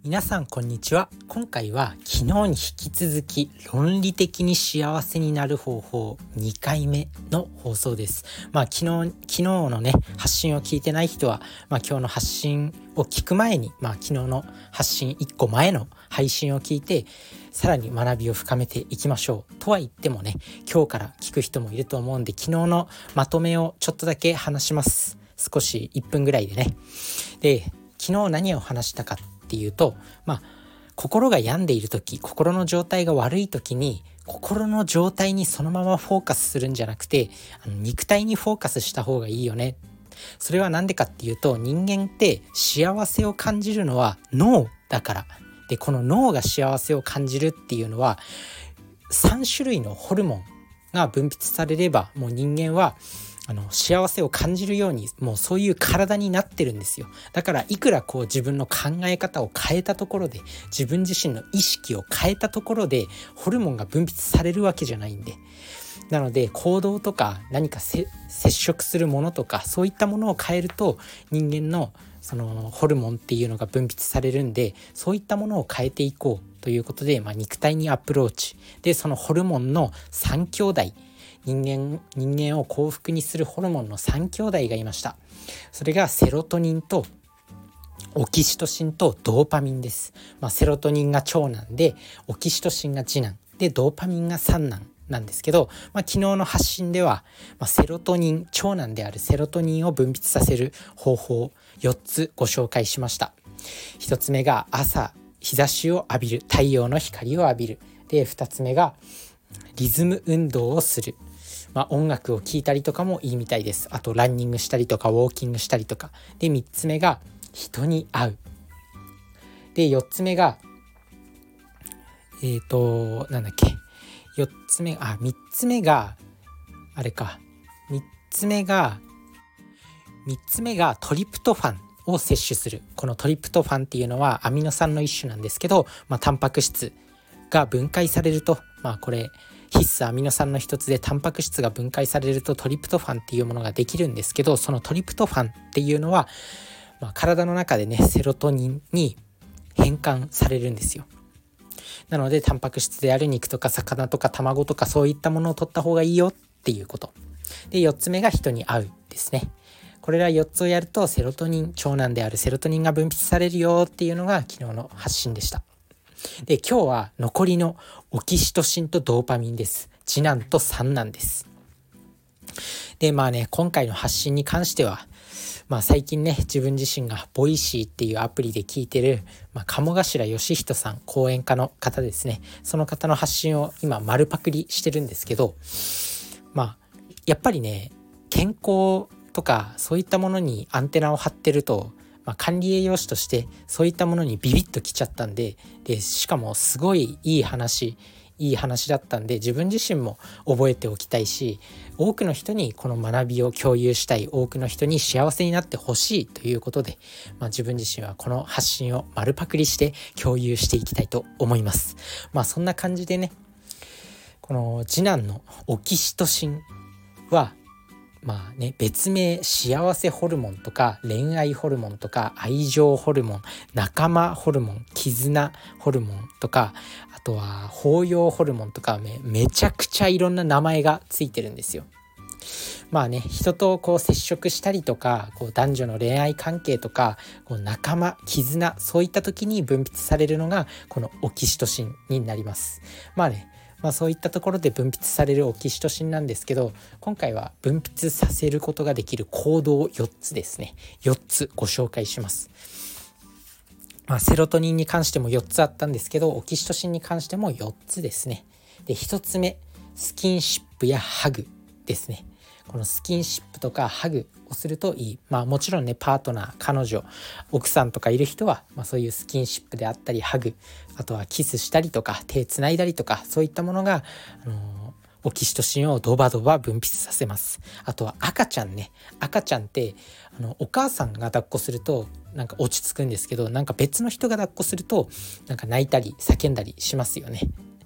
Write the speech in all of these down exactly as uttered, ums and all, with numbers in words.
皆さんこんにちは。今回は昨日に引き続き論理的に幸せになる方法にかいめの放送です。まあ昨日昨日のね発信を聞いてない人は、まあ今日の発信を聞く前に、まあ昨日の発信いっこまえの配信を聞いてさらに学びを深めていきましょう。とは言ってもね、今日から聞く人もいると思うんで、昨日のまとめをちょっとだけ話します。少しいっぷんぐらいでね。で、昨日何を話したかっていうと、まあ心が病んでいる時、心の状態が悪い時に心の状態にそのままフォーカスするんじゃなくて、あの肉体にフォーカスした方がいいよね。それはなんでかっていうと、人間って幸せを感じるのは脳だから。で、この脳が幸せを感じるっていうのはさんしゅるいのホルモンが分泌されれば、もう人間はあの幸せを感じるように、もうそういう体になってるんですよ。だからいくらこう自分の考え方を変えたところで、自分自身の意識を変えたところでホルモンが分泌されるわけじゃないんで、なので行動とか何か接触するものとか、そういったものを変えると人間のそのホルモンっていうのが分泌されるんで、そういったものを変えていこうということで、まあ、肉体にアプローチで、そのホルモンのさん兄弟、人間人間を幸福にするホルモンのさん兄弟がいました。それがセロトニンとオキシトシンとドーパミンです。まあ、セロトニンが長男で、オキシトシンが次男で、ドーパミンが三男なんですけど、まあ、昨日の発信では、まあ、セロトニン、長男であるセロトニンを分泌させる方法よっつご紹介しました。ひとつめが朝日差しを浴びる、太陽の光を浴びる。で、ふたつめがリズム運動をする。まあ、音楽を聴いたりとかもいいみたいです。あとランニングしたりとかウォーキングしたりとかで、みっつめが人に会う。で、よっつめがえっとなんだっけよっつめあみっつめがあれかみっつめがみっつめがトリプトファンを摂取する。このトリプトファンっていうのはアミノ酸の一種なんですけど、まあ、タンパク質が分解されると、まあこれ必須アミノ酸の一つで、タンパク質が分解されるとトリプトファンっていうものができるんですけど、そのトリプトファンっていうのは、まあ、体の中でねセロトニンに変換されるんですよ。なのでタンパク質である肉とか魚とか卵とか、そういったものを取った方がいいよっていうこと。で、よっつめが人に会うですね。これらよっつをやるとセロトニン、長男であるセロトニンが分泌されるよっていうのが昨日の発信でした。で、今日は残りのオキシトシンとドーパミンです。次男と三男です。で、まあね、今回の発信に関しては、まあ最近ね、自分自身がボイシーっていうアプリで聞いてる、まあ、鴨頭義人さん、講演家の方ですね。その方の発信を今丸パクリしてるんですけど、まあやっぱりね、健康とかそういったものにアンテナを張ってると、まあ、管理栄養士としてそういったものにビビッときちゃったんで、でしかもすごいいい話いい話だったんで、自分自身も覚えておきたいし、多くの人にこの学びを共有したい、多くの人に幸せになってほしいということで、まあ、自分自身はこの発信を丸パクリして共有していきたいと思います。まあそんな感じでね、この次男のオキシトシンはまあね、別名幸せホルモンとか恋愛ホルモンとか愛情ホルモン、仲間ホルモン、絆ホルモンとか、あとは包容ホルモンとか め, めちゃくちゃいろんな名前がついてるんですよ。まあね、人とこう接触したりとか、こう男女の恋愛関係とか、こう仲間、絆、そういった時に分泌されるのがこのオキシトシンになります。まあね、まあ、そういったところで分泌されるオキシトシンなんですけど、今回は分泌させることができる行動よっつですね。よっつご紹介します。まあ、セロトニンに関してもよっつあったんですけど、オキシトシンに関してもよっつですね。で、ひとつめ、スキンシップやハグですね。このスキンシップとかハグをするといい。まあもちろんね、パートナー、彼女、奥さんとかいる人は、まあ、そういうスキンシップであったりハグ、あとはキスしたりとか手つないだりとか、そういったものが、あのー、オキシトシンをドバドバ分泌させます。あとは赤ちゃんね、赤ちゃんってあのお母さんが抱っこするとなんか落ち着くんですけど、なんか別の人が抱っこするとなんか泣いたり叫んだりしますよね。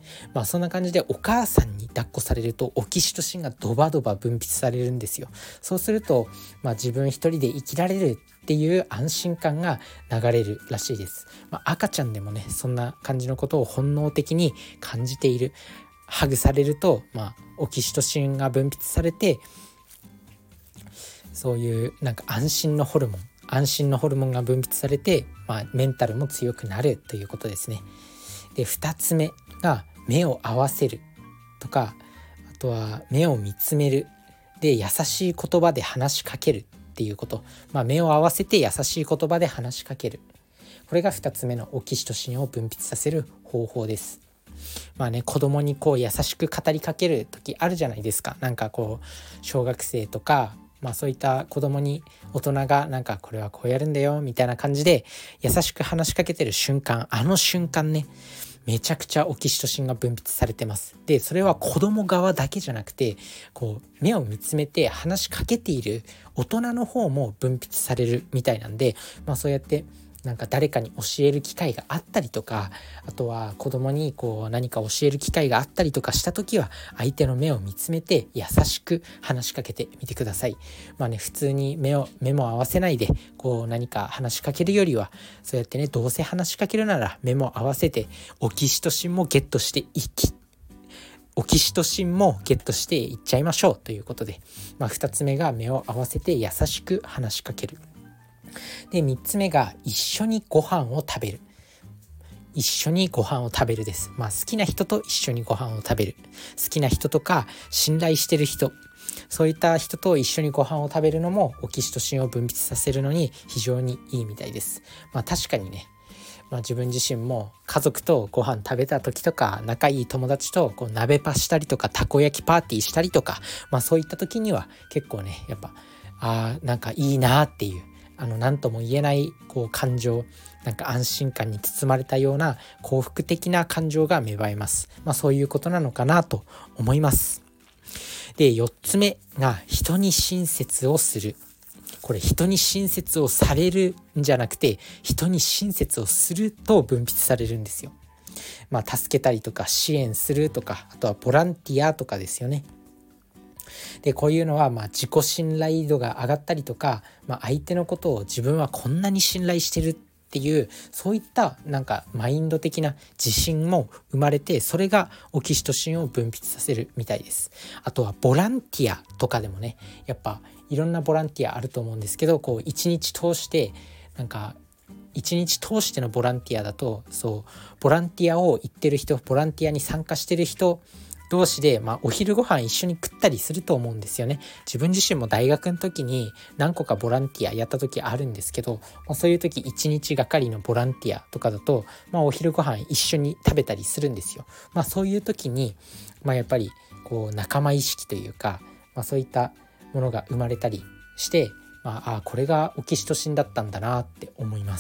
まあそんな感じでお母さんに抱っこされるとオキシトシンがドバドバ分泌されるんですよ。そうすると、まあ、自分一人で生きられるっていう安心感が流れるらしいです。まあ、赤ちゃんでもねそんな感じのことを本能的に感じている。ハグされると、まあ、オキシトシンが分泌されて、そういうなんか安心のホルモン安心のホルモンが分泌されて、まあ、メンタルも強くなるということですね。でふたつめが目を合わせるとか、あとは目を見つめるで優しい言葉で話しかけるっていうこと、まあ、目を合わせて優しい言葉で話しかける、これがふたつめのオキシトシンを分泌させる方法です。まあね、子供にこう優しく語りかける時あるじゃないですか。なんかこう小学生とか、まあ、そういった子供に大人がなんかこれはこうやるんだよみたいな感じで優しく話しかけてる瞬間、あの瞬間ねめちゃくちゃオキシトシンが分泌されてます。でそれは子供側だけじゃなくて、こう目を見つめて話しかけている大人の方も分泌されるみたいなんで、まあ、そうやってなんか誰かに教える機会があったりとか、あとは子供にこう何か教える機会があったりとかした時は相手の目を見つめて優しく話しかけてみてください。まあね、普通に目を目も合わせないでこう何か話しかけるよりは、そうやってねどうせ話しかけるなら目も合わせてオキシトシンもゲットしていきオキシトシンもゲットしていっちゃいましょうということで、まあ、ふたつめが目を合わせて優しく話しかける。でみっつめが一緒にご飯を食べる。一緒にご飯を食べるです。まあ好きな人と一緒にご飯を食べる。好きな人とか信頼してる人、そういった人と一緒にご飯を食べるのもオキシトシンを分泌させるのに非常にいいみたいです。まあ確かにね、まあ、自分自身も家族とご飯食べた時とか、仲いい友達とこう鍋パしたりとかたこ焼きパーティーしたりとか、まあそういった時には結構ねやっぱあーなんかいいなっていう、あの何とも言えないこう感情、なんか安心感に包まれたような幸福的な感情が芽生えます。まあそういうことなのかなと思います。でよっつめが人に親切をする。これ人に親切をされるんじゃなくて人に親切をすると分泌されるんですよ。まあ助けたりとか支援するとか、あとはボランティアとかですよね。でこういうのはまあ自己信頼度が上がったりとか、まあ、相手のことを自分はこんなに信頼してるっていう、そういったなんかマインド的な自信も生まれて、それがオキシトシンを分泌させるみたいです。あとはボランティアとかでもね、やっぱいろんなボランティアあると思うんですけど、こう一日通してなんか一日通してのボランティアだと、そうボランティアを行ってる人、ボランティアに参加してる人同士で、まあ、お昼ご飯一緒に食ったりすると思うんですよね。自分自身も大学の時に何個かボランティアやった時あるんですけど、まあ、そういう時一日がかりのボランティアとかだと、まあ、お昼ご飯一緒に食べたりするんですよ。まあ、そういう時に、まあ、やっぱりこう仲間意識というか、まあ、そういったものが生まれたりして、まあ、あこれがオキシトシンだったんだなって思います。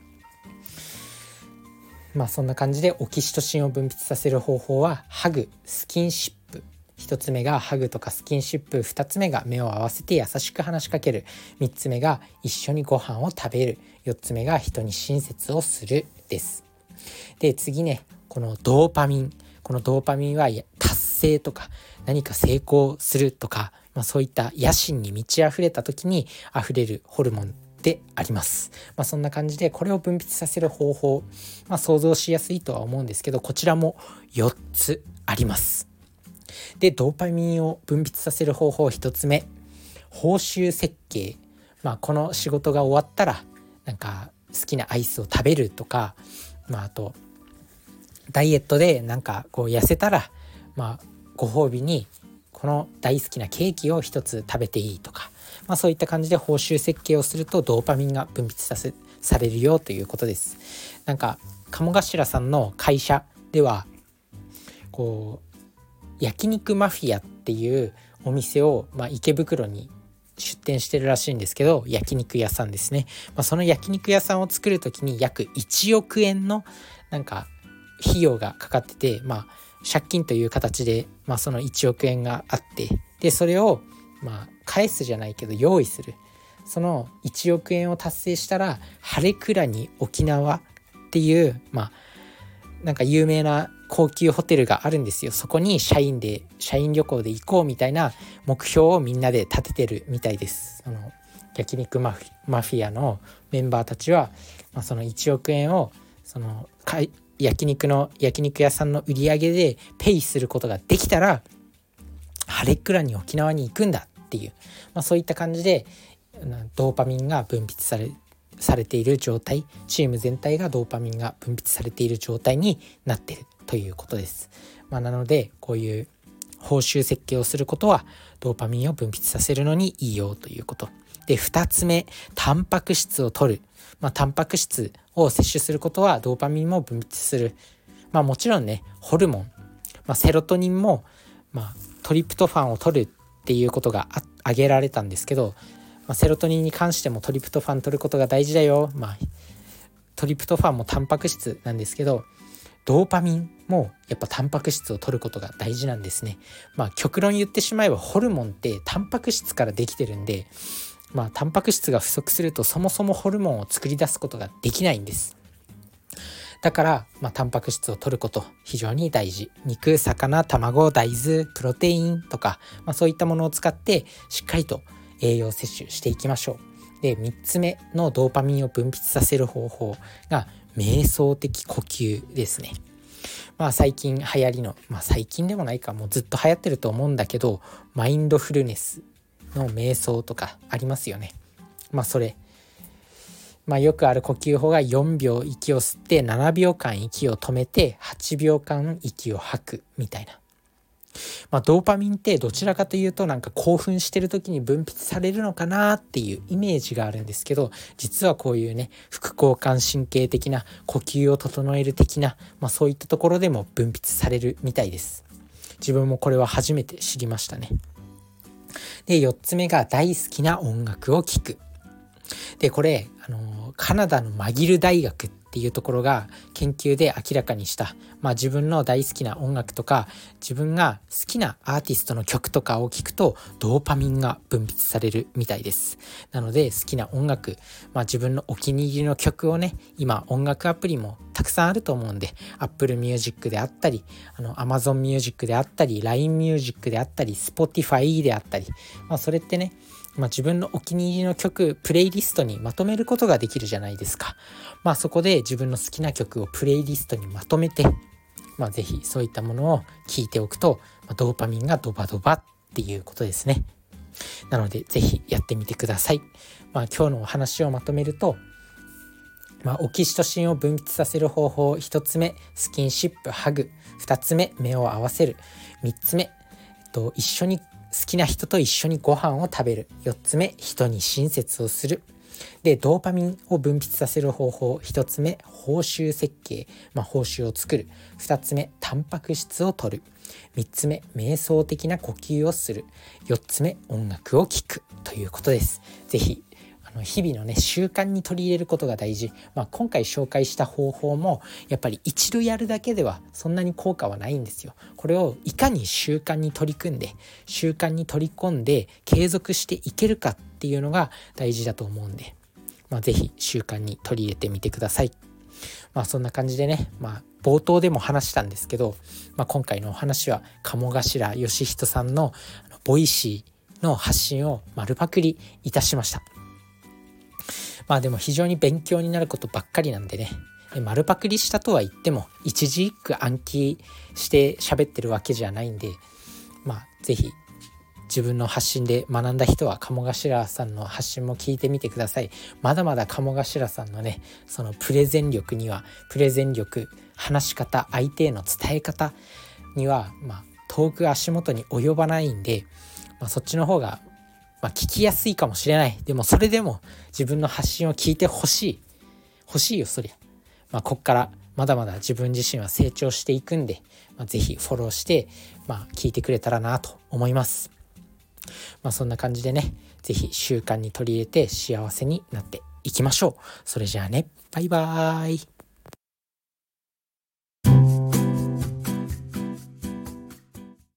まあそんな感じでオキシトシンを分泌させる方法はハグ、スキンシップ。一つ目がハグとかスキンシップ、二つ目が目を合わせて優しく話しかける、三つ目が一緒にご飯を食べる、四つ目が人に親切をするです。で次ね、このドーパミン。このドーパミンは達成とか何か成功するとか、まあ、そういった野心に満ち溢れた時に溢れるホルモンであります。まあ、そんな感じでこれを分泌させる方法、まあ、想像しやすいとは思うんですけど、こちらもよっつあります。でドーパミンを分泌させる方法ひとつめ、報酬設計。まあ、この仕事が終わったらなんか好きなアイスを食べるとか、まあ、あとダイエットでなんかこう痩せたら、まあ、ご褒美にこの大好きなケーキを一つ食べていいとか、まあ、そういった感じで報酬設計をするとドーパミンが分泌させされるよということです。なんか鴨頭さんの会社ではこう焼肉マフィアっていうお店を、まあ、池袋に出店してるらしいんですけど、焼肉屋さんですね。まあ、その焼肉屋さんを作るときに約いちおくえんのなんか費用がかかってて、まあ借金という形で、まあ、そのいちおくえんがあって、でそれをまあ返すじゃないけど用意する。そのいちおくえんを達成したら晴れくらに沖縄っていう、まあなんか有名な高級ホテルがあるんですよ。そこに社員で社員旅行で行こうみたいな目標をみんなで立ててるみたいです。その焼肉マフィ、マフィアのメンバーたちは、まあ、そのいちおくえんをその焼肉の焼肉屋さんの売り上げでペイすることができたらハレクラに沖縄に行くんだっていう、まあ、そういった感じでドーパミンが分泌されされている状態、チーム全体がドーパミンが分泌されている状態になっているということです。まあ、なのでこういう報酬設計をすることはドーパミンを分泌させるのにいいよということで、ふたつめ、タンパク質を摂る。まあ、タンパク質を摂取することはドーパミンも分泌する。まあもちろんね、ホルモン、まあ、セロトニンも、まあ、トリプトファンを摂るっていうことが挙げられたんですけど、まあ、セロトニンに関してもトリプトファン摂ることが大事だよ。まあトリプトファンもタンパク質なんですけど、ドーパミンもやっぱタンパク質を摂ることが大事なんですね。まあ極論言ってしまえばホルモンってタンパク質からできてるんで、まあタンパク質が不足するとそもそもホルモンを作り出すことができないんです。だから、まあ、タンパク質を摂ること非常に大事。肉、魚、卵、大豆、プロテインとか、まあ、そういったものを使ってしっかりと栄養摂取していきましょう。で、みっつめのドーパミンを分泌させる方法が瞑想的呼吸ですね。まあ最近流行りの、まあ最近でもないか、もうずっと流行ってると思うんだけど、マインドフルネスの瞑想とかありますよね。まあそれ、まあよくある呼吸法がよんびょう息を吸ってななびょうかん息を止めてはちびょうかん息を吐くみたいな。まあドーパミンってどちらかというとなんか興奮してる時に分泌されるのかなっていうイメージがあるんですけど、実はこういうね、副交感神経的な呼吸を整える的な、まあそういったところでも分泌されるみたいです。自分もこれは初めて知りましたね。で、よっつめが大好きな音楽を聴く。で、これあのカナダのマギル大学っていうところが研究で明らかにした、まあ、自分の大好きな音楽とか自分が好きなアーティストの曲とかを聴くとドーパミンが分泌されるみたいです。なので好きな音楽、まあ、自分のお気に入りの曲をね、今音楽アプリもたくさんあると思うんで、 Apple Music であったり、あの Amazon Music であったり、 ライン Music であったり、 Spotify であったり、まあ、それってね、まあ、自分のお気に入りの曲プレイリストにまとめることができるじゃないですか。まあそこで自分の好きな曲をプレイリストにまとめて、まあぜひそういったものを聞いておくと、まあ、ドーパミンがドバドバっていうことですね。なのでぜひやってみてください。まあ今日のお話をまとめると、まあ、オキシトシンを分泌させる方法、ひとつめスキンシップハグ、ふたつめ目を合わせる、みっつめ、えっと、一緒に好きな人と一緒にご飯を食べる、よっつめ人に親切をする。で、ドーパミンを分泌させる方法、ひとつめ報酬設計、まあ、報酬を作る、ふたつめタンパク質を摂る、みっつめ瞑想的な呼吸をする、よっつめ音楽を聴くということです。ぜひあの日々のね習慣に取り入れることが大事。まあ、今回紹介した方法もやっぱり一度やるだけではそんなに効果はないんですよ。これをいかに習慣に取り組んで習慣に取り込んで継続していけるかっていうのが大事だと思うんで、まあ、ぜひ習慣に取り入れてみてください。まあそんな感じでね、まあ冒頭でも話したんですけど、まあ、今回のお話は鴨頭義人さんのボイシーの発信を丸パクリいたしました。まあでも非常に勉強になることばっかりなんでね、丸パクリしたとは言っても一字一句暗記して喋ってるわけじゃないんで、まあぜひ自分の発信で学んだ人は鴨頭さんの発信も聞いてみてください。まだまだ鴨頭さんのね、そのプレゼン力にはプレゼン力、話し方、相手への伝え方にはまあ遠く足元に及ばないんで、まあ、そっちの方がまあ聞きやすいかもしれない。でもそれでも自分の発信を聞いてほしい欲しいよそりゃ。まあ、こっからまだまだ自分自身は成長していくんで、まあ、ぜひフォローして、まあ、聞いてくれたらなと思います。まあ、そんな感じでね、ぜひ習慣に取り入れて幸せになっていきましょう。それじゃあね、バイバーイ。